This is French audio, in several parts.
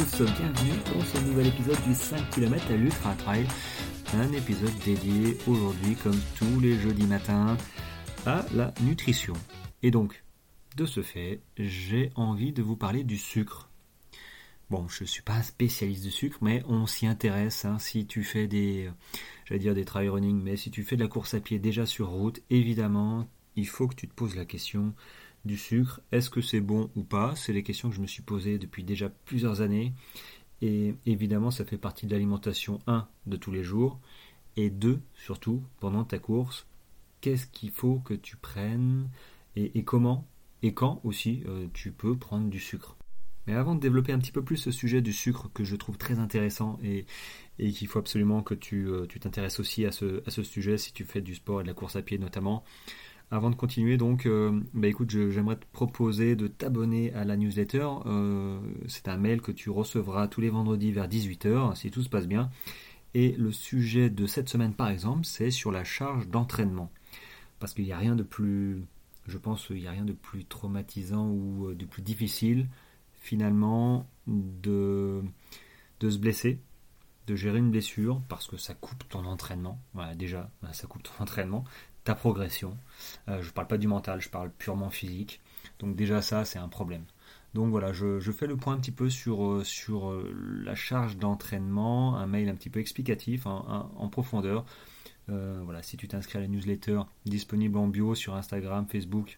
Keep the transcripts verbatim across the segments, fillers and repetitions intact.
tous, bienvenue dans ce nouvel épisode du cinq kilomètres à l'Ultra Trail. Un épisode dédié aujourd'hui, comme tous les jeudis matins, à la nutrition. Et donc, de ce fait, j'ai envie de vous parler du sucre. Bon, je ne suis pas un spécialiste du sucre, mais on s'y intéresse. Hein. Si tu fais des, j'allais dire des trail running, mais si tu fais de la course à pied déjà sur route, évidemment, il faut que tu te poses la question du sucre. Est-ce que c'est bon ou pas ? C'est les questions que je me suis posées depuis déjà plusieurs années. Et évidemment, ça fait partie de l'alimentation, un, de tous les jours, et deux, surtout, pendant ta course, qu'est-ce qu'il faut que tu prennes, et, et comment, et quand aussi, euh, tu peux prendre du sucre. Mais avant de développer un petit peu plus ce sujet du sucre que je trouve très intéressant et, et qu'il faut absolument que tu, euh, tu t'intéresses aussi à ce, à ce sujet si tu fais du sport et de la course à pied notamment. Avant de continuer, donc, euh, bah écoute, je, j'aimerais te proposer de t'abonner à la newsletter. Euh, c'est un mail que tu recevras tous les vendredis vers dix-huit heures, si tout se passe bien. Et le sujet de cette semaine, par exemple, c'est sur la charge d'entraînement. Parce qu'il n'y a rien de plus, je pense, il n'y a rien de plus traumatisant ou de plus difficile, finalement, de, de se blesser, de gérer une blessure, parce que ça coupe ton entraînement. Voilà, déjà, ça coupe ton entraînement, ta progression. Euh, je ne parle pas du mental, je parle purement physique. Donc déjà ça, c'est un problème. Donc voilà, je, je fais le point un petit peu sur, sur la charge d'entraînement, un mail un petit peu explicatif, en, en, en profondeur. Euh, voilà, si tu t'inscris à la newsletter, disponible en bio sur Instagram, Facebook,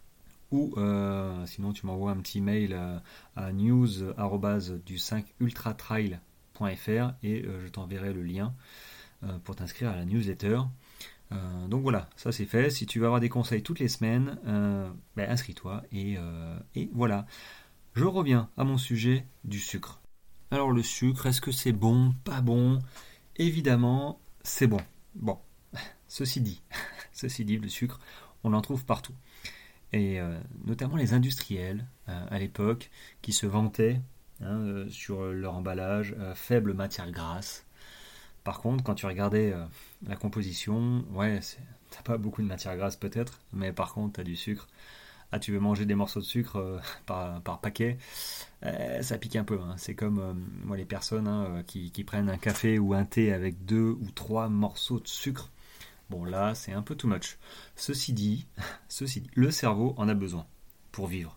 ou euh, sinon tu m'envoies un petit mail à, à news arobase du cinq ultratrail point f r et euh, je t'enverrai le lien euh, pour t'inscrire à la newsletter. Euh, donc voilà, ça c'est fait. Si tu veux avoir des conseils toutes les semaines, euh, ben inscris-toi et, euh, et voilà. Je reviens à mon sujet du sucre. Alors le sucre, est-ce que c'est bon, pas bon ? Évidemment, c'est bon. Bon, ceci dit, ceci dit, le sucre, on en trouve partout. Et euh, notamment les industriels euh, à l'époque qui se vantaient hein, euh, sur leur emballage euh, faible matière grasse. Par contre, quand tu regardais euh, la composition, ouais, c'est, t'as pas beaucoup de matière grasse peut-être, mais par contre, t'as du sucre. Ah, tu veux manger des morceaux de sucre euh, par, par paquet, euh, ça pique un peu. Hein. C'est comme euh, moi les personnes hein, qui, qui prennent un café ou un thé avec deux ou trois morceaux de sucre. Bon là, c'est un peu too much. Ceci dit, ceci dit, le cerveau en a besoin pour vivre.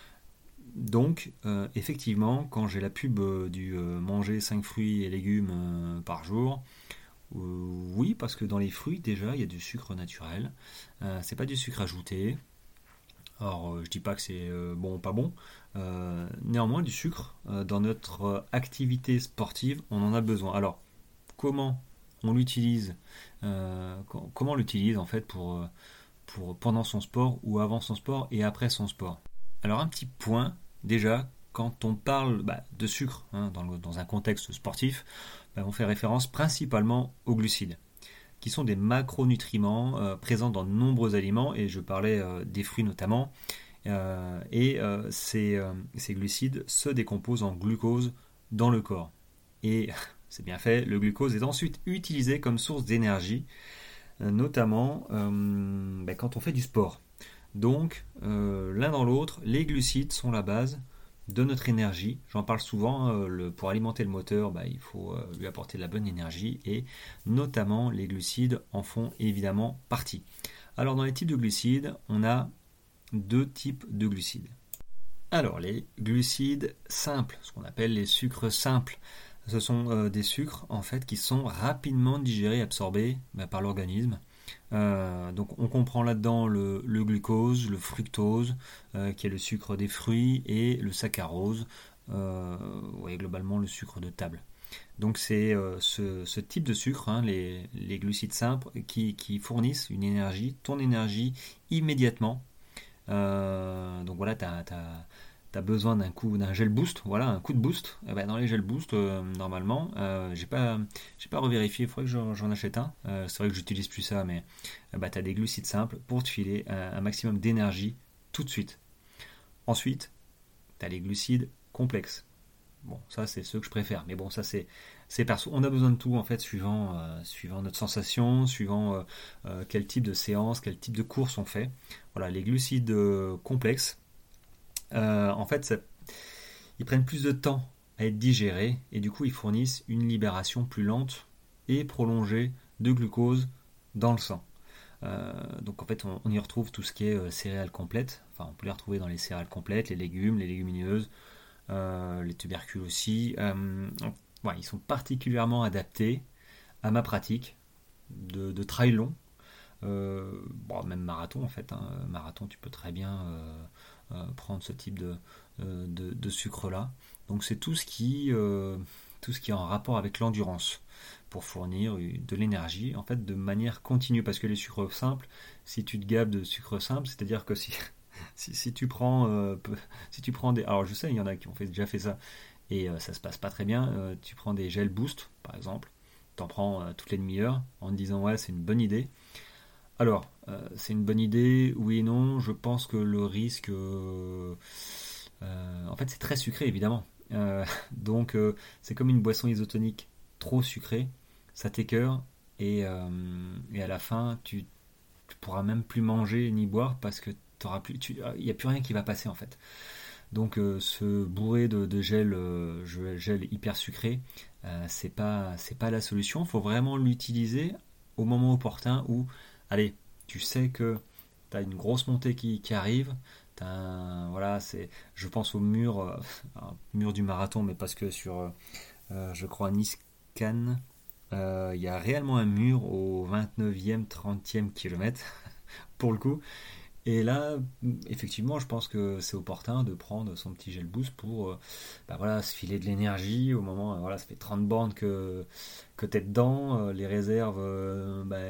Donc, euh, effectivement, quand j'ai la pub euh, du euh, manger cinq fruits et légumes euh, par jour, euh, oui, parce que dans les fruits, déjà, il y a du sucre naturel. Euh, c'est pas du sucre ajouté. Alors, euh, je dis pas que c'est euh, bon ou pas bon. Euh, néanmoins, du sucre, euh, dans notre activité sportive, on en a besoin. Alors, comment on l'utilise euh, Comment on l'utilise, en fait, pour, pour pendant son sport ou avant son sport et après son sport. Alors, un petit point. Déjà, quand on parle bah, de sucre hein, dans, le, dans un contexte sportif, bah, on fait référence principalement aux glucides, qui sont des macronutriments euh, présents dans de nombreux aliments, et je parlais euh, des fruits notamment, euh, et euh, ces, euh, ces glucides se décomposent en glucose dans le corps. Et c'est bien fait, le glucose est ensuite utilisé comme source d'énergie, euh, notamment euh, bah, quand on fait du sport. Donc, euh, l'un dans l'autre, les glucides sont la base de notre énergie. J'en parle souvent, euh, le, pour alimenter le moteur, bah, il faut euh, lui apporter de la bonne énergie et notamment les glucides en font évidemment partie. Alors, dans les types de glucides, on a deux types de glucides. Alors, les glucides simples, ce qu'on appelle les sucres simples, ce sont euh, des sucres en fait qui sont rapidement digérés et absorbés bah, par l'organisme. Euh, donc on comprend là-dedans le, le glucose, le fructose, euh, qui est le sucre des fruits, et le saccharose, euh, ouais, globalement le sucre de table. Donc c'est euh, ce, ce type de sucre, hein, les, les glucides simples, qui, qui fournissent une énergie, ton énergie immédiatement. Euh, donc voilà, tu as tu as besoin d'un coup d'un gel boost, voilà, un coup de boost. Et ben dans les gel boost, euh, normalement, euh, j'ai pas, j'ai pas revérifié, il faudrait que j'en, j'en achète un. Euh, c'est vrai que j'utilise plus ça, mais euh, bah, tu as des glucides simples pour te filer un, un maximum d'énergie tout de suite. Ensuite, tu as les glucides complexes. Bon, ça c'est ceux que je préfère, mais bon, ça c'est, c'est perso. On a besoin de tout en fait, suivant, euh, suivant notre sensation, suivant euh, euh, quel type de séance, quel type de course on fait. Voilà, les glucides euh, complexes. Euh, en fait, ça, ils prennent plus de temps à être digérés et du coup ils fournissent une libération plus lente et prolongée de glucose dans le sang. Euh, donc en fait on, on y retrouve tout ce qui est euh, céréales complètes, enfin on peut les retrouver dans les céréales complètes, les légumes, les légumineuses, euh, les tubercules aussi. Euh, ouais, ils sont particulièrement adaptés à ma pratique de, de trail long. Euh, bon, même marathon en fait, hein. Marathon tu peux très bien euh, euh, prendre ce type de, euh, de, de sucre là. Donc c'est tout ce qui euh, tout ce qui est en rapport avec l'endurance pour fournir de l'énergie en fait de manière continue, parce que les sucres simples, si tu te gabes de sucre simple, c'est à dire que si, si, si tu prends euh, si tu prends des, alors je sais il y en a qui ont fait, déjà fait ça et euh, ça se passe pas très bien, euh, tu prends des gels boost par exemple, t'en prends euh, toutes les demi-heures en te disant ouais c'est une bonne idée. Alors, euh, c'est une bonne idée, oui et non. Je pense que le risque, euh, euh, en fait, c'est très sucré évidemment. Euh, donc, euh, c'est comme une boisson isotonique trop sucrée, ça t'écœure et, euh, et à la fin, tu, tu pourras même plus manger ni boire parce que t'auras plus, il n'y a plus rien qui va passer en fait. Donc, euh, se bourrer de, de gel, euh, gel hyper sucré, euh, c'est pas, c'est pas la solution. Il faut vraiment l'utiliser au moment opportun où, allez, tu sais que tu as une grosse montée qui, qui arrive. T'as un- voilà, c'est, je pense au mur, euh, un mur du marathon, mais parce que sur, euh, euh, je crois, Nice-Cannes, euh, il y a réellement un mur au vingt-neuvième, trentième kilomètre, pour le coup. Et là, effectivement, je pense que c'est opportun de prendre son petit gel boost pour euh, bah voilà, se filer de l'énergie au moment, euh, voilà, ça fait trente bornes que, que tu es dedans, euh, les réserves euh, bah,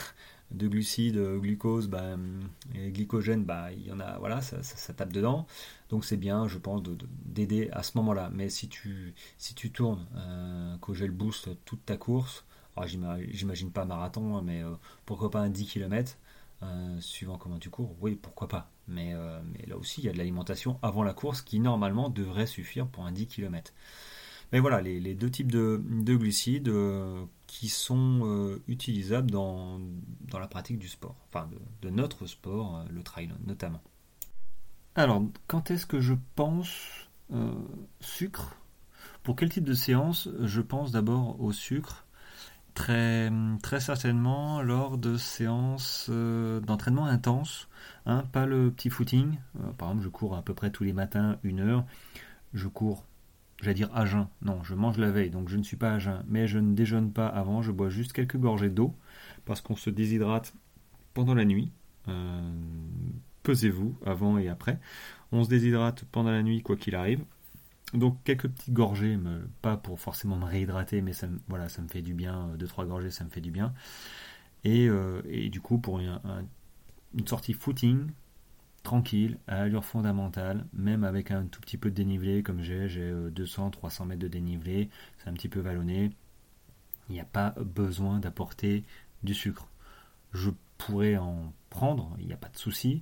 de glucides, glucose bah, et glycogène, bah, il y en a, voilà, ça, ça- ça tape dedans. Donc c'est bien, je pense, de- de- d'aider à ce moment-là. Mais si tu, si tu tournes euh, qu'au gel boost toute ta course, alors j'ima- j'imagine pas marathon, hein, mais euh, pourquoi pas un dix kilomètres, euh, suivant comment tu cours, oui, pourquoi pas. Mais, euh, mais là aussi, il y a de l'alimentation avant la course qui normalement devrait suffire pour un dix kilomètres. Mais voilà, les, les deux types de, de glucides euh, qui sont euh, utilisables dans, dans la pratique du sport, enfin de, de notre sport, euh, le trail notamment. Alors, quand est-ce que je pense euh, sucre? Pour quel type de séance? Je pense d'abord au sucre. Très, très certainement lors de séances euh, d'entraînement intense, hein, pas le petit footing. Euh, par exemple, je cours à peu près tous les matins une heure. Je cours, j'allais dire à jeun. Non, je mange la veille, donc je ne suis pas à jeun. Mais je ne déjeune pas avant, je bois juste quelques gorgées d'eau parce qu'on se déshydrate pendant la nuit. Euh, pesez-vous avant et après. On se déshydrate pendant la nuit, quoi qu'il arrive. Donc quelques petites gorgées, me- pas pour forcément me réhydrater, mais ça, me- voilà, ça me fait du bien. Deux trois gorgées, ça me fait du bien. Et, euh, et du coup, pour un- un- une sortie footing, tranquille, à allure fondamentale, même avec un tout petit peu de dénivelé, comme j'ai, j'ai euh, deux cents trois cents mètres de dénivelé, c'est un petit peu vallonné, il n'y a pas besoin d'apporter du sucre. Je pourrais en prendre, il n'y a pas de souci.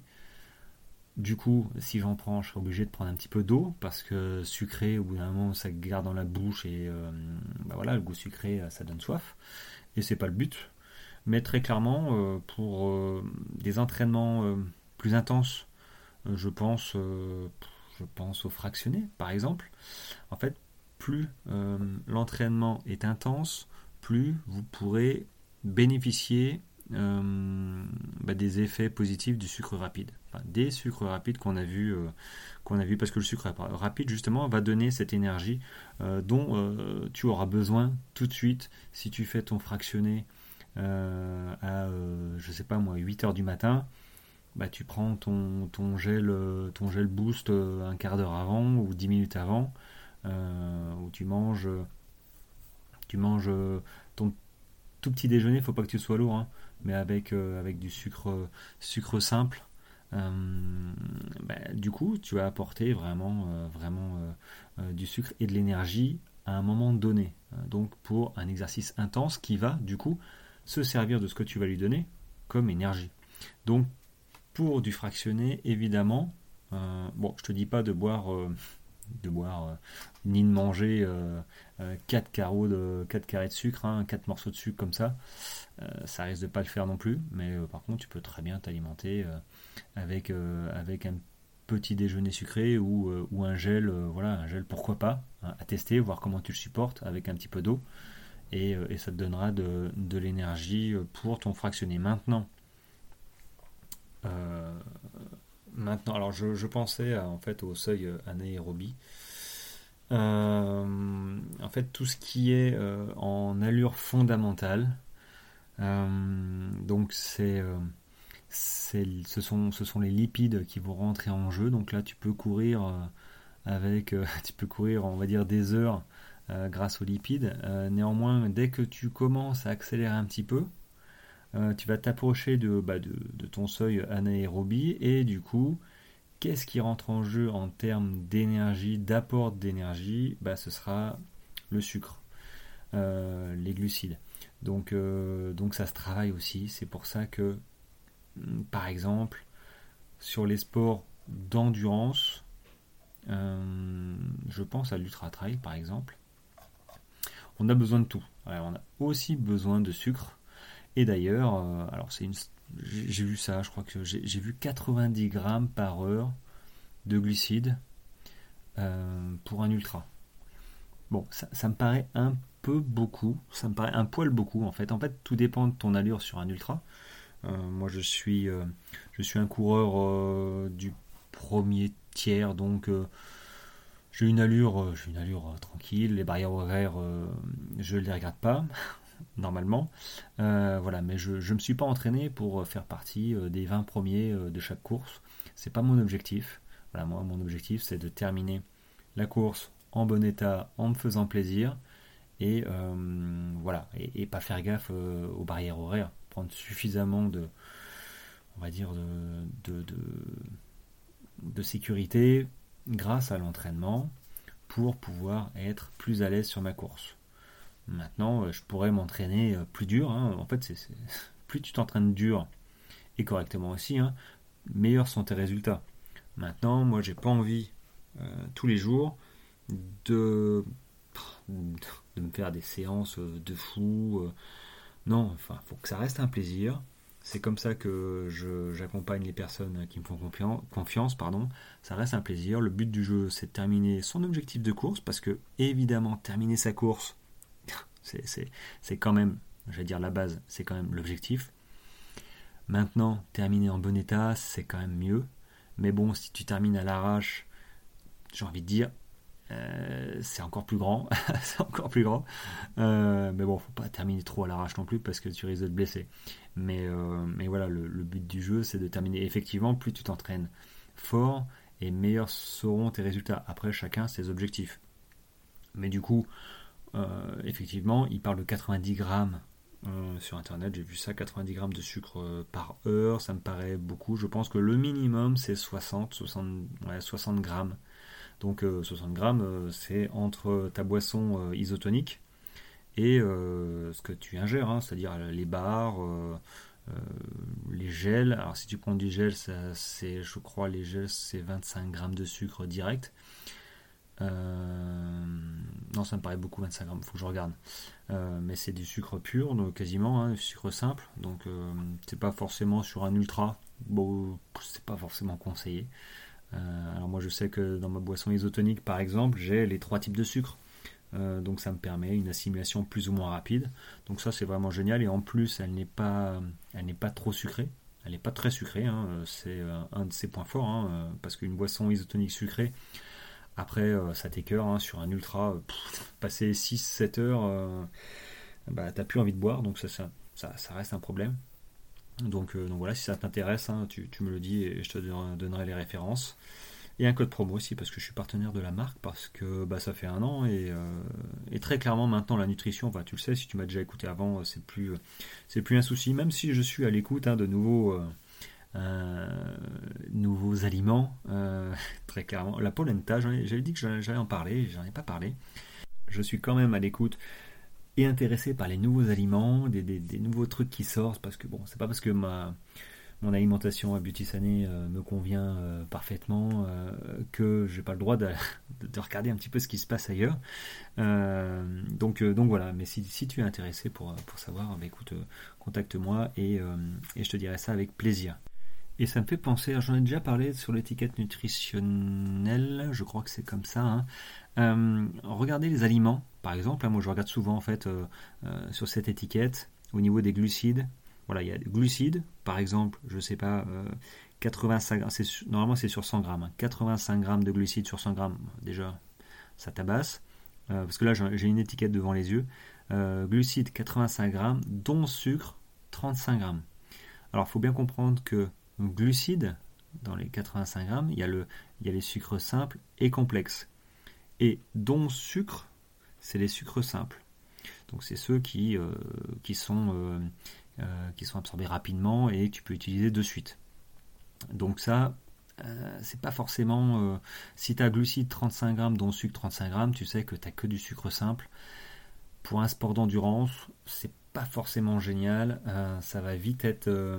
Du coup, si j'en prends, je serai obligé de prendre un petit peu d'eau parce que sucré, au bout d'un moment, ça garde dans la bouche et euh, bah voilà, le goût sucré, ça donne soif. Et c'est pas le but. Mais très clairement, euh, pour euh, des entraînements euh, plus intenses, euh, je pense, euh, je pense au fractionné, par exemple. En fait, plus euh, l'entraînement est intense, plus vous pourrez bénéficier euh, bah, des effets positifs du sucre rapide. Enfin, des sucres rapides qu'on a vu, euh, qu'on a vu, parce que le sucre rapide justement va donner cette énergie euh, dont euh, tu auras besoin tout de suite si tu fais ton fractionné euh, à, euh, je sais pas moi, huit heures du matin. Bah, tu prends ton, ton, gel, euh, ton gel boost euh, un quart d'heure avant ou dix minutes avant, euh, où tu manges, tu manges euh, ton tout petit déjeuner, faut pas que tu sois lourd, hein, mais avec, euh, avec du sucre, sucre simple. Euh, bah, du coup, tu vas apporter vraiment, euh, vraiment euh, euh, du sucre et de l'énergie à un moment donné. Euh, donc pour un exercice intense qui va, du coup, se servir de ce que tu vas lui donner comme énergie. Donc pour du fractionné, évidemment, euh, bon, je te dis pas de boire, euh, de boire, euh, ni de manger euh, euh, quatre carreaux de quatre carrés de sucre, hein, quatre morceaux de sucre comme ça. Euh, ça risque de pas le faire non plus, mais euh, par contre, tu peux très bien t'alimenter euh, avec euh, avec un petit déjeuner sucré ou, euh, ou un gel, euh, voilà, un gel pourquoi pas, hein, à tester, voir comment tu le supportes avec un petit peu d'eau et, euh, et ça te donnera de, de l'énergie pour ton fractionné. Maintenant, euh, maintenant, alors je, je pensais à, en fait au seuil anaérobie. Euh, en fait, tout ce qui est euh, en allure fondamentale, euh, donc c'est euh, c'est, ce, sont, ce sont les lipides qui vont rentrer en jeu. Donc là, tu peux courir euh, avec, euh, tu peux courir, on va dire, des heures euh, grâce aux lipides. Euh, néanmoins, dès que tu commences à accélérer un petit peu, euh, tu vas t'approcher de, bah, de, de ton seuil anaérobie et du coup, qu'est-ce qui rentre en jeu en termes d'énergie, d'apport d'énergie? Bah, ce sera le sucre, euh, les glucides. Donc, euh, donc ça se travaille aussi. C'est pour ça que par exemple, sur les sports d'endurance, euh, je pense à l'ultra trail par exemple, on a besoin de tout. Alors, on a aussi besoin de sucre. Et d'ailleurs, euh, alors c'est une, j'ai vu ça, je crois que j'ai, j'ai vu quatre-vingt-dix grammes par heure de glucides euh, pour un ultra. Bon, ça, ça me paraît un peu beaucoup, ça me paraît un poil beaucoup en fait. En fait, tout dépend de ton allure sur un ultra. Euh, moi, je suis, euh, je suis un coureur euh, du premier tiers, donc euh, j'ai une allure, euh, j'ai une allure euh, tranquille. Les barrières horaires, euh, je ne les regarde pas normalement. Euh, voilà, mais je ne me suis pas entraîné pour faire partie euh, des vingt premiers euh, de chaque course. C'est pas mon objectif. Voilà, moi, mon objectif, c'est de terminer la course en bon état, en me faisant plaisir, et euh, voilà, et, et pas faire gaffe euh, aux barrières horaires, prendre suffisamment de, on va dire, de, de, de, de sécurité grâce à l'entraînement pour pouvoir être plus à l'aise sur ma course. Maintenant, je pourrais m'entraîner plus dur. Hein. En fait, c'est, c'est... plus tu t'entraînes dur et correctement aussi, hein, meilleurs sont tes résultats. Maintenant, moi, j'ai pas envie euh, tous les jours de, de me faire des séances de fou. Euh, non, enfin, faut que ça reste un plaisir. C'est comme ça que je, j'accompagne les personnes qui me font confiance, confiance, pardon. Ça reste un plaisir. Le but du jeu, c'est de terminer son objectif de course, parce que, évidemment, terminer sa course, c'est, c'est, c'est quand même, je vais dire la base, c'est quand même l'objectif. Maintenant, terminer en bon état, c'est quand même mieux. Mais bon, si tu termines à l'arrache, j'ai envie de dire, euh, c'est encore plus grand. c'est encore plus grand. Euh, mais bon, faut pas terminer trop à l'arrache non plus parce que tu risques de te blesser. Mais, euh, mais voilà, le, le but du jeu, c'est de terminer. Effectivement, plus tu t'entraînes fort et meilleurs seront tes résultats. Après, chacun ses objectifs. Mais du coup, euh, effectivement, il parle de quatre-vingt-dix grammes euh, sur internet. J'ai vu ça, quatre-vingt-dix grammes de sucre euh, par heure. Ça me paraît beaucoup. Je pense que le minimum, c'est soixante, soixante, ouais, soixante grammes. Donc euh, soixante grammes, euh, c'est entre ta boisson euh, isotonique et euh, ce que tu ingères, hein, c'est-à-dire les bars, euh, euh, les gels. Alors si tu prends du gel, ça, c'est, je crois, les gels, c'est vingt-cinq grammes de sucre direct. Euh, non, ça me paraît beaucoup, vingt-cinq grammes, faut que je regarde. Euh, mais c'est du sucre pur, donc quasiment, hein, du sucre simple. Donc euh, c'est pas forcément sur un ultra. Bon, c'est pas forcément conseillé. Euh, alors moi je sais que dans ma boisson isotonique par exemple j'ai les trois types de sucre, euh, donc ça me permet une assimilation plus ou moins rapide, donc ça c'est vraiment génial, et en plus elle n'est pas, elle n'est pas trop sucrée, elle n'est pas très sucrée, hein. C'est un de ses points forts, hein, parce qu'une boisson isotonique sucrée, après euh, ça t'écœure, hein, sur un ultra, pff, passer six sept heures, euh, bah, t'as plus envie de boire, donc ça, ça, ça, ça reste un problème. Donc, euh, donc voilà, si ça t'intéresse, hein, tu, tu me le dis et je te donnerai les références. Et un code promo aussi, parce que je suis partenaire de la marque, parce que bah, ça fait un an, et, euh, et très clairement maintenant la nutrition, bah, tu le sais, si tu m'as déjà écouté avant, c'est plus, c'est plus un souci, même si je suis à l'écoute, hein, de nouveaux, euh, euh, nouveaux aliments, euh, très clairement. La polenta, j'avais dit que j'allais en parler, j'en ai pas parlé. Je suis quand même à l'écoute et intéressé par les nouveaux aliments, des, des, des nouveaux trucs qui sortent, parce que bon, c'est pas parce que ma mon alimentation à Beauty Sané euh, me convient euh, parfaitement euh, que j'ai pas le droit de, de, de regarder un petit peu ce qui se passe ailleurs. Euh, donc euh, donc voilà, mais si, si tu es intéressé pour pour savoir, bah, écoute, euh, contacte-moi et euh, et je te dirai ça avec plaisir. Et ça me fait penser, alors j'en ai déjà parlé sur l'étiquette nutritionnelle, je crois que c'est comme ça. Hein. Euh, regardez les aliments, par exemple. Hein, moi, je regarde souvent en fait euh, euh, sur cette étiquette au niveau des glucides. Voilà, il y a des glucides, par exemple, je sais pas, euh, quatre-vingt-cinq grammes, c'est, normalement c'est sur cent grammes. Hein, quatre-vingt-cinq grammes de glucides sur cent grammes, déjà, ça tabasse. Euh, parce que là, j'ai une étiquette devant les yeux. Euh, glucides quatre-vingt-cinq grammes, dont sucre trente-cinq grammes. Alors, il faut bien comprendre que glucides, dans les quatre-vingt-cinq grammes, il y a, le, il y a les sucres simples et complexes. Et dont sucre, c'est les sucres simples. Donc, c'est ceux qui, euh, qui, sont, euh, euh, qui sont absorbés rapidement et que tu peux utiliser de suite. Donc, ça, euh, c'est pas forcément. Euh, si tu as glucides trente-cinq grammes, dont sucre trente-cinq grammes, tu sais que tu n'as que du sucre simple. Pour un sport d'endurance, c'est pas forcément génial. Euh, ça va vite être. Euh,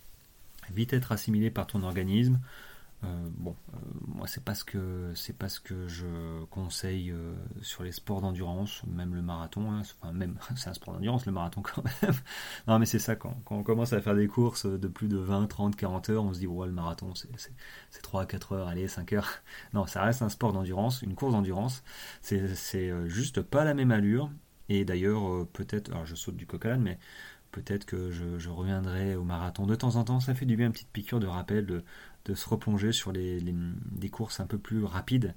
vite être assimilé par ton organisme. Euh, bon, euh, moi c'est pas ce que c'est pas ce que je conseille euh, sur les sports d'endurance, même le marathon. Hein, enfin même c'est un sport d'endurance le marathon quand même. Non mais c'est ça quand, quand on commence à faire des courses de plus de vingt, trente, quarante heures, on se dit ouais le marathon c'est, c'est, c'est trois à quatre heures, allez cinq heures. Non, ça reste un sport d'endurance, une course d'endurance. C'est, c'est juste pas la même allure. Et d'ailleurs euh, peut-être, alors je saute du coq à l'âne, mais peut-être que je, je reviendrai au marathon de temps en temps. Ça fait du bien, une petite piqûre de rappel de, de se replonger sur les, les, des courses un peu plus rapides.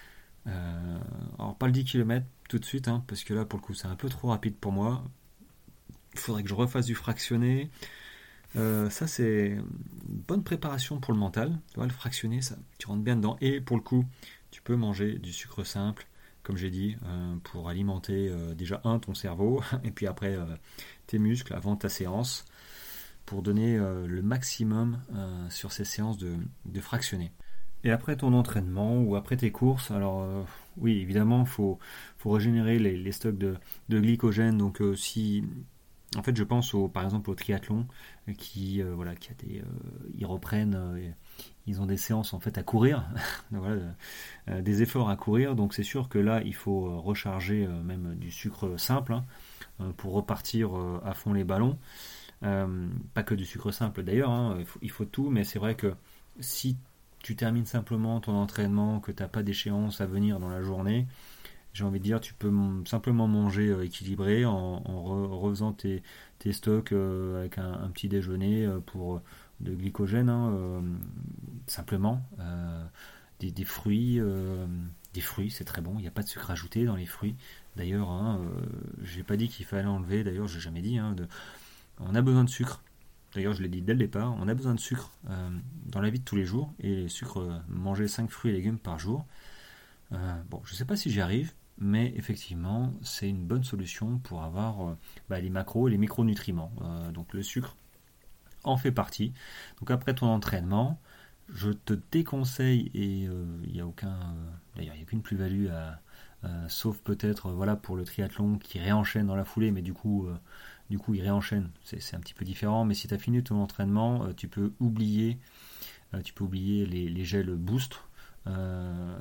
Euh, alors, pas le dix kilomètres tout de suite, hein, parce que là, pour le coup, c'est un peu trop rapide pour moi. Il faudrait que je refasse du fractionné. Euh, ça, c'est une bonne préparation pour le mental. Tu vois, le fractionné, ça, tu rentres bien dedans. Et pour le coup, tu peux manger du sucre simple, comme j'ai dit, euh, pour alimenter euh, déjà, un, ton cerveau, et puis après, euh, tes muscles avant ta séance, pour donner euh, le maximum euh, sur ces séances de, de fractionné. Et après ton entraînement ou après tes courses, alors euh, oui, évidemment, il faut, faut régénérer les, les stocks de, de glycogène. Donc euh, si, en fait, je pense au, par exemple au triathlon qui, euh, voilà, qui a des, euh, ils reprennent, euh, ils ont des séances en fait à courir, voilà, euh, des efforts à courir. Donc c'est sûr que là, il faut euh, recharger euh, même du sucre simple hein, euh, pour repartir euh, à fond les ballons. Euh, pas que du sucre simple d'ailleurs, hein, il, faut, il faut tout, mais c'est vrai que si tu termines simplement ton entraînement, que tu n'as pas d'échéance à venir dans la journée, j'ai envie de dire, tu peux m- simplement manger euh, équilibré en, en re- refaisant tes, tes stocks euh, avec un, un petit déjeuner euh, pour de glycogène, hein, euh, simplement. Euh, des, des fruits, euh, des fruits, c'est très bon. Il n'y a pas de sucre ajouté dans les fruits. D'ailleurs, hein, euh, j'ai pas dit qu'il fallait enlever. D'ailleurs, j'ai jamais dit. Hein, de, on a besoin de sucre. D'ailleurs, je l'ai dit dès le départ, on a besoin de sucre euh, dans la vie de tous les jours. Et les sucres, euh, manger cinq fruits et légumes par jour. Euh, bon, je ne sais pas si j'y arrive, mais effectivement, c'est une bonne solution pour avoir euh, bah, les macros et les micronutriments. Euh, donc le sucre en fait partie. Donc après ton entraînement, je te déconseille, et euh, il n'y a aucun. Euh, d'ailleurs, il n'y a qu'une plus-value à. Euh, sauf peut-être euh, voilà, pour le triathlon qui réenchaîne dans la foulée, mais du coup, euh, du coup il réenchaîne. C'est, c'est un petit peu différent, mais si tu as fini ton entraînement, euh, tu peux oublier, euh, tu peux oublier les, les gels boost. Euh,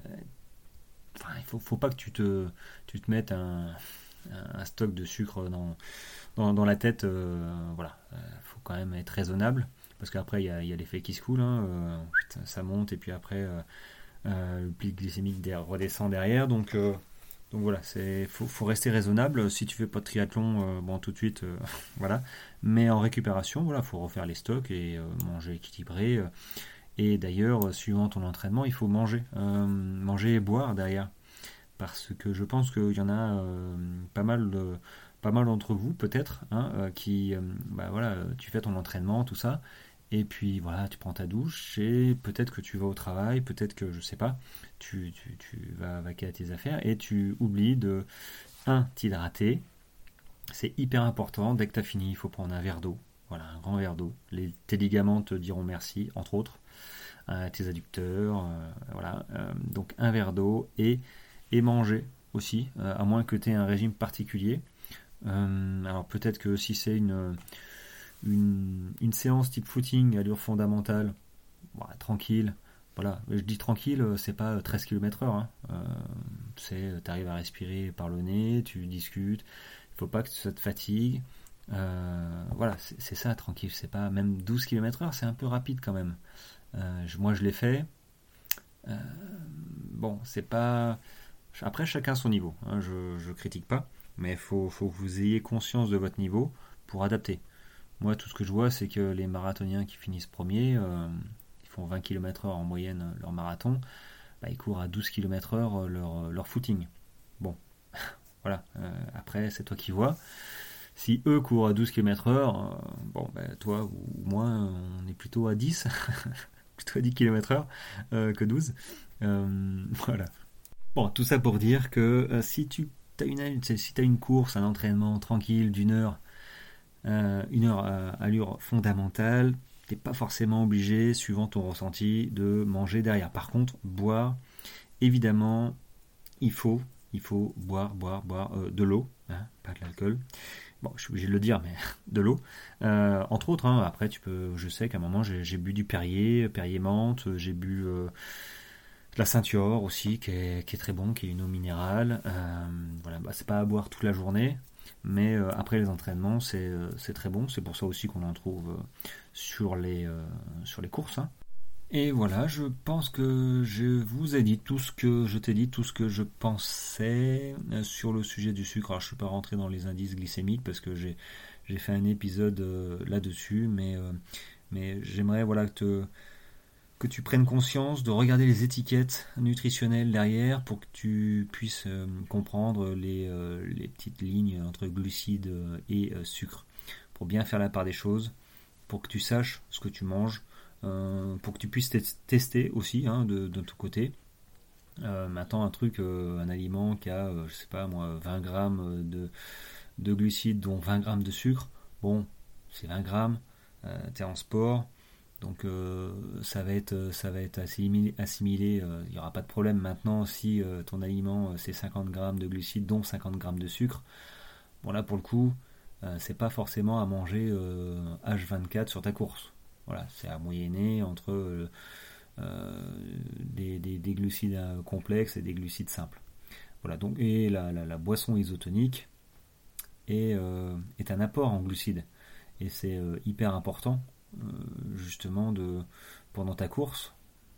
Enfin, il faut, faut pas que tu te, tu te mettes un, un stock de sucre dans, dans, dans la tête. Euh, voilà, il euh, faut quand même être raisonnable. Parce qu'après, il y a, y a l'effet qui se coule. Hein, euh, ça monte et puis après, euh, euh, le pic glycémique redescend derrière. Donc, euh, donc voilà, il faut, faut rester raisonnable. Si tu fais pas de triathlon, euh, bon, tout de suite, euh, voilà. Mais en récupération, voilà, faut refaire les stocks et euh, manger équilibré. Euh, et d'ailleurs, suivant ton entraînement, il faut manger, euh, manger et boire derrière. Parce que je pense qu'il y en a euh, pas mal, de, pas mal d'entre vous peut-être, hein, euh, qui, euh, bah voilà, tu fais ton entraînement, tout ça, et puis voilà, tu prends ta douche et peut-être que tu vas au travail, peut-être que je sais pas, tu, tu, tu vas vaquer à tes affaires et tu oublies de un t'hydrater. C'est hyper important. Dès que tu as fini, il faut prendre un verre d'eau. Voilà, un grand verre d'eau. Les, tes ligaments te diront merci, entre autres. Euh, tes adducteurs, euh, voilà. Euh, donc un verre d'eau et, et manger aussi, euh, à moins que tu aies un régime particulier. Euh, alors peut-être que si c'est une, une, une séance type footing, allure fondamentale, voilà, tranquille. Voilà, je dis tranquille, c'est pas treize kilomètres heure. Hein. Euh, c'est, t'arrives à respirer par le nez, tu discutes. Il faut pas que ça te fatigue. Euh, voilà, c'est, c'est ça, tranquille. C'est pas même douze kilomètres heure, c'est un peu rapide quand même. Euh, je- moi, je l'ai fait. Euh, bon, c'est pas. Après, chacun son niveau. Hein, je, je critique pas, mais il faut, faut que vous ayez conscience de votre niveau pour adapter. Moi, tout ce que je vois, c'est que les marathoniens qui finissent premiers, euh, ils font vingt kilomètres heure en moyenne euh, leur marathon, bah, ils courent à douze kilomètres heure leur, leur footing. Bon, voilà. Euh, après, c'est toi qui vois. Si eux courent à douze kilomètres heure, euh, bon, bah, toi ou moi, on est plutôt à dix, plutôt à dix kilomètres heure euh, que douze. Euh, voilà. Bon, tout ça pour dire que euh, si tu as une, si t'as une course, un entraînement tranquille d'une heure, euh, une heure à allure fondamentale, t'es pas forcément obligé, suivant ton ressenti, de manger derrière. Par contre, boire, évidemment, il faut, il faut boire, boire, boire euh, de l'eau, hein, pas de l'alcool. Bon, je suis obligé de le dire, mais de l'eau. Euh, entre autres, hein, après, tu peux, je sais qu'à un moment, j'ai, j'ai bu du Perrier, Perrier menthe, j'ai bu euh, de la Ceinture aussi, qui est, qui est très bon, qui est une eau minérale. Euh, voilà, bah, c'est pas à boire toute la journée, mais euh, après les entraînements, c'est, euh, c'est très bon. C'est pour ça aussi qu'on en trouve euh, sur les, euh, sur les courses. Hein. Et voilà, je pense que je vous ai dit tout ce que je t'ai dit, tout ce que je pensais euh, sur le sujet du sucre. Alors je suis pas rentré dans les indices glycémiques parce que j'ai j'ai fait un épisode euh, là-dessus, mais euh, mais j'aimerais voilà que, te- que tu prennes conscience de regarder les étiquettes nutritionnelles derrière pour que tu puisses euh, comprendre les euh, les petites lignes entre glucides euh, et euh, sucre, pour bien faire la part des choses, pour que tu saches ce que tu manges, euh, pour que tu puisses te- tester aussi hein, de, de ton côté. Euh, maintenant, un truc, euh, un aliment qui a, euh, je sais pas moi, vingt grammes de, de glucides, dont vingt grammes de sucre, bon, c'est vingt grammes, euh, t'es en sport, donc euh, ça va être, ça va être assimilé, assimilé euh, il n'y aura pas de problème maintenant si euh, ton aliment euh, c'est cinquante grammes de glucides, dont cinquante grammes de sucre. Bon là pour le coup, euh, c'est pas forcément à manger euh, H vingt-quatre sur ta course. Voilà, c'est à moyenner entre euh, euh, des, des- des glucides euh, complexes et des glucides simples. Voilà, donc et la, la- la boisson isotonique est, euh, est un apport en glucides et c'est euh, hyper important euh, justement de pendant ta course.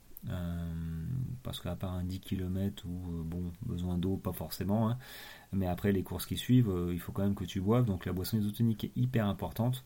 Euh, parce qu'à part un dix kilomètres où euh, bon besoin d'eau pas forcément hein, mais après les courses qui suivent euh, il faut quand même que tu boives, donc la boisson isotonique est hyper importante.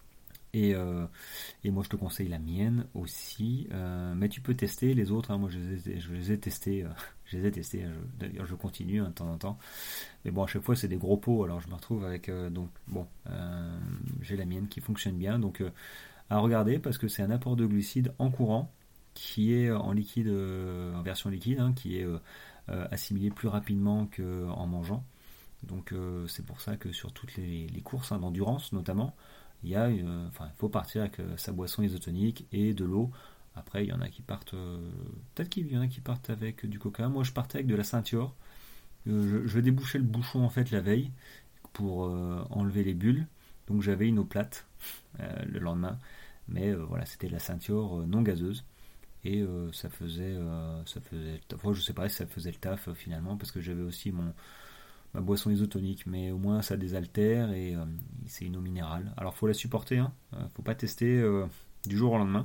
Et, euh, et moi je te conseille la mienne aussi. Euh, mais tu peux tester les autres. Hein. Moi je les ai, je les ai testés. Euh, je les ai testés. Hein. Je- d'ailleurs je continue hein, de temps en temps. Mais bon à chaque fois c'est des gros pots. Alors je me retrouve avec euh, donc bon euh, j'ai la mienne qui fonctionne bien. Donc euh, à regarder parce que c'est un apport de glucides en courant qui est en liquide, euh, en version liquide, hein, qui est euh, euh, assimilé plus rapidement qu'en mangeant. Donc euh, c'est pour ça que sur toutes les, les courses hein, d'endurance notamment, il y a, euh, enfin, il faut partir avec euh, sa boisson isotonique et de l'eau. Après, il y en a qui partent, euh, peut-être qu'il y en a qui partent avec du coca. Moi, je partais avec de la ceinture. Euh, je, je débouchais le bouchon en fait la veille pour euh, enlever les bulles. Donc j'avais une eau plate euh, le lendemain. Mais euh, voilà, c'était de la ceinture euh, non gazeuse et euh, ça faisait, euh, ça faisait, enfin, je sais pas si ça faisait le taf euh, finalement parce que j'avais aussi mon ma boisson isotonique, mais au moins ça désaltère et euh, c'est une eau minérale. Alors faut la supporter, hein. Euh, faut pas tester euh, du jour au lendemain,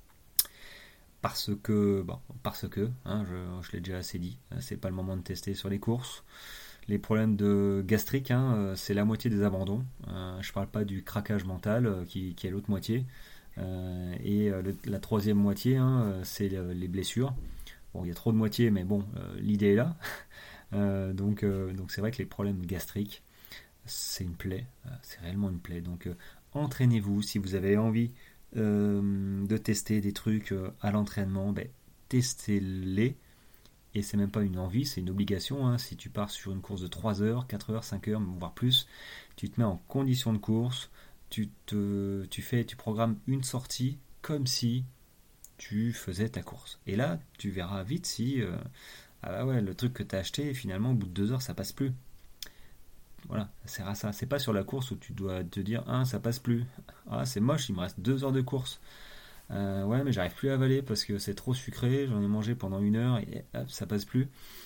parce que, bon, parce que, hein, je, je l'ai déjà assez dit, hein, c'est pas le moment de tester sur les courses. Les problèmes de gastrique, hein, euh, c'est la moitié des abandons. Euh, je parle pas du craquage mental euh, qui, qui est l'autre moitié. Euh, et euh, le- la troisième moitié, hein, euh, c'est le- les blessures. Bon, il y a trop de moitié, mais bon, euh, l'idée est là. Euh, donc, euh, donc c'est vrai que les problèmes gastriques, c'est une plaie, euh, c'est réellement une plaie. Donc, euh, entraînez-vous si vous avez envie euh, de tester des trucs euh, à l'entraînement, ben, testez-les. Et c'est même pas une envie, c'est une obligation. Hein. Si tu pars sur une course de trois heures, quatre heures, cinq heures, voire plus, tu te mets en condition de course, tu, te, tu, fais, tu programmes une sortie comme si tu faisais ta course. Et là, tu verras vite si euh, ah bah ouais, le truc que tu as acheté, finalement, au bout de deux heures, ça passe plus. Voilà, ça sert à ça. C'est pas sur la course où tu dois te dire, ah, ça passe plus. Ah, c'est moche, il me reste deux heures de course. Euh, ouais, mais j'arrive plus à avaler parce que c'est trop sucré, j'en ai mangé pendant une heure et hop, ça passe plus.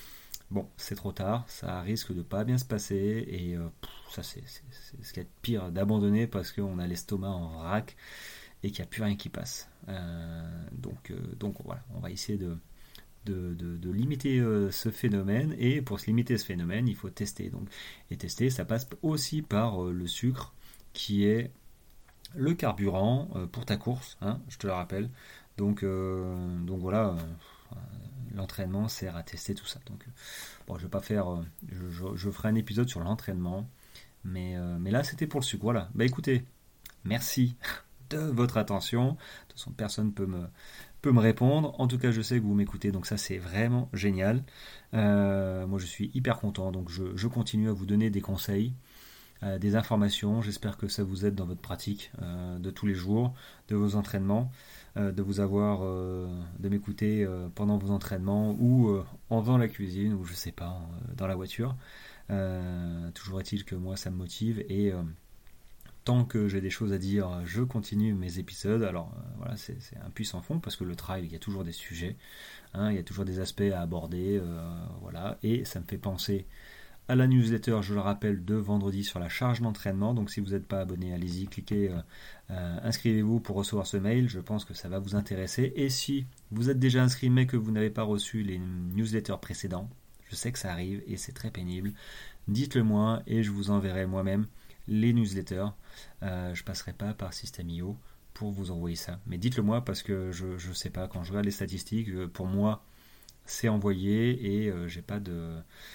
bon, c'est trop tard, ça risque de pas bien se passer, et euh, pff, ça c'est, c'est, c'est ce qu'il y a de pire, d'abandonner parce qu'on a l'estomac en vrac et qu'il n'y a plus rien qui passe. Euh, donc, euh, donc voilà, on va essayer de, de, de, de limiter euh, ce phénomène, et pour se limiter ce phénomène, il faut tester. Donc, et tester, ça passe aussi par euh, le sucre, qui est le carburant euh, pour ta course, hein, je te le rappelle. Donc, euh, donc voilà, euh, l'entraînement sert à tester tout ça. Donc, bon, je vais pas faire, euh, je, je, je ferai un épisode sur l'entraînement, mais, euh, mais là c'était pour le sucre. Voilà. Bah écoutez, merci de votre attention. De toute façon, personne peut me peut me répondre. En tout cas, je sais que vous m'écoutez, donc ça c'est vraiment génial. Euh, moi, je suis hyper content, donc je, je continue à vous donner des conseils. Euh, des informations. J'espère que ça vous aide dans votre pratique euh, de tous les jours, de vos entraînements, euh, de vous avoir, euh, de m'écouter euh, pendant vos entraînements, ou euh, en faisant la cuisine, ou je sais pas, euh, dans la voiture. Euh, toujours est-il que moi ça me motive, et euh, tant que j'ai des choses à dire, je continue mes épisodes. Alors euh, voilà, c'est, c'est un puissant fond, parce que le trail, il y a toujours des sujets, hein, il y a toujours des aspects à aborder, euh, voilà, et ça me fait penser à la newsletter, je le rappelle, de vendredi sur la charge d'entraînement. Donc si vous n'êtes pas abonné, allez-y, cliquez, euh, euh, inscrivez-vous pour recevoir ce mail. Je pense que ça va vous intéresser. Et si vous êtes déjà inscrit mais que vous n'avez pas reçu les newsletters précédents, je sais que ça arrive et c'est très pénible, dites-le moi et je vous enverrai moi-même les newsletters. Euh, je ne passerai pas par System.io pour vous envoyer ça. Mais dites-le moi, parce que je ne sais pas, quand je regarde les statistiques, pour moi, c'est envoyé, et euh, j'ai pas de...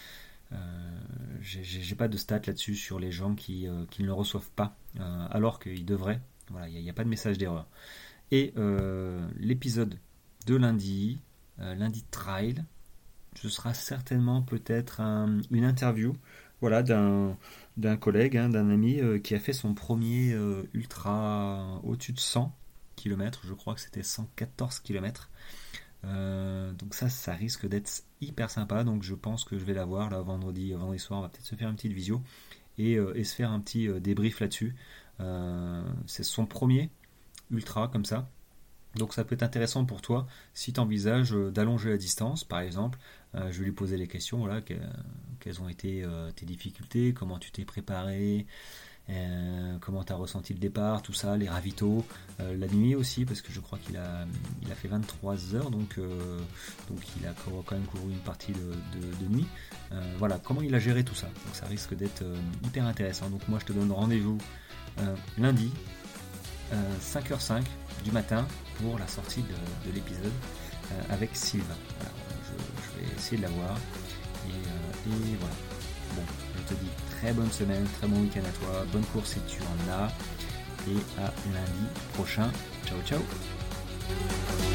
Euh, j'ai, j'ai pas de stats là-dessus sur les gens qui, euh, qui ne le reçoivent pas, euh, alors qu'ils devraient. Voilà, il n'y a, a pas de message d'erreur. Et euh, l'épisode de lundi, euh, lundi trail, ce sera certainement peut-être un, une interview, voilà, d'un, d'un collègue, hein, d'un ami euh, qui a fait son premier euh, ultra au-dessus de cent kilomètres, je crois que c'était cent quatorze kilomètres. Euh, donc ça, ça risque d'être hyper sympa. Donc je pense que je vais la voir là vendredi, vendredi soir. On va peut-être se faire une petite visio et, euh, et se faire un petit euh, débrief là-dessus. Euh, c'est son premier ultra comme ça. Donc ça peut être intéressant pour toi si tu envisages euh, d'allonger la distance, par exemple. Euh, je vais lui poser les questions. Voilà, que, quelles ont été euh, tes difficultés, comment tu t'es préparé. Euh, comment tu as ressenti le départ, tout ça, les ravitaux, euh, la nuit aussi, parce que je crois qu'il a, il a fait vingt-trois heures, donc, euh, donc il a quand même couru une partie de, de, de nuit. Euh, voilà, comment il a géré tout ça. Donc ça risque d'être euh, hyper intéressant. Donc moi je te donne rendez-vous euh, lundi, euh, cinq heures cinq du matin, pour la sortie de, de l'épisode euh, avec Sylvain. Voilà, je, je vais essayer de la voir. Et, euh, et voilà. Bon, je te dis très bonne semaine, très bon week-end à toi, bonne course si tu en as, et à lundi prochain. Ciao ciao.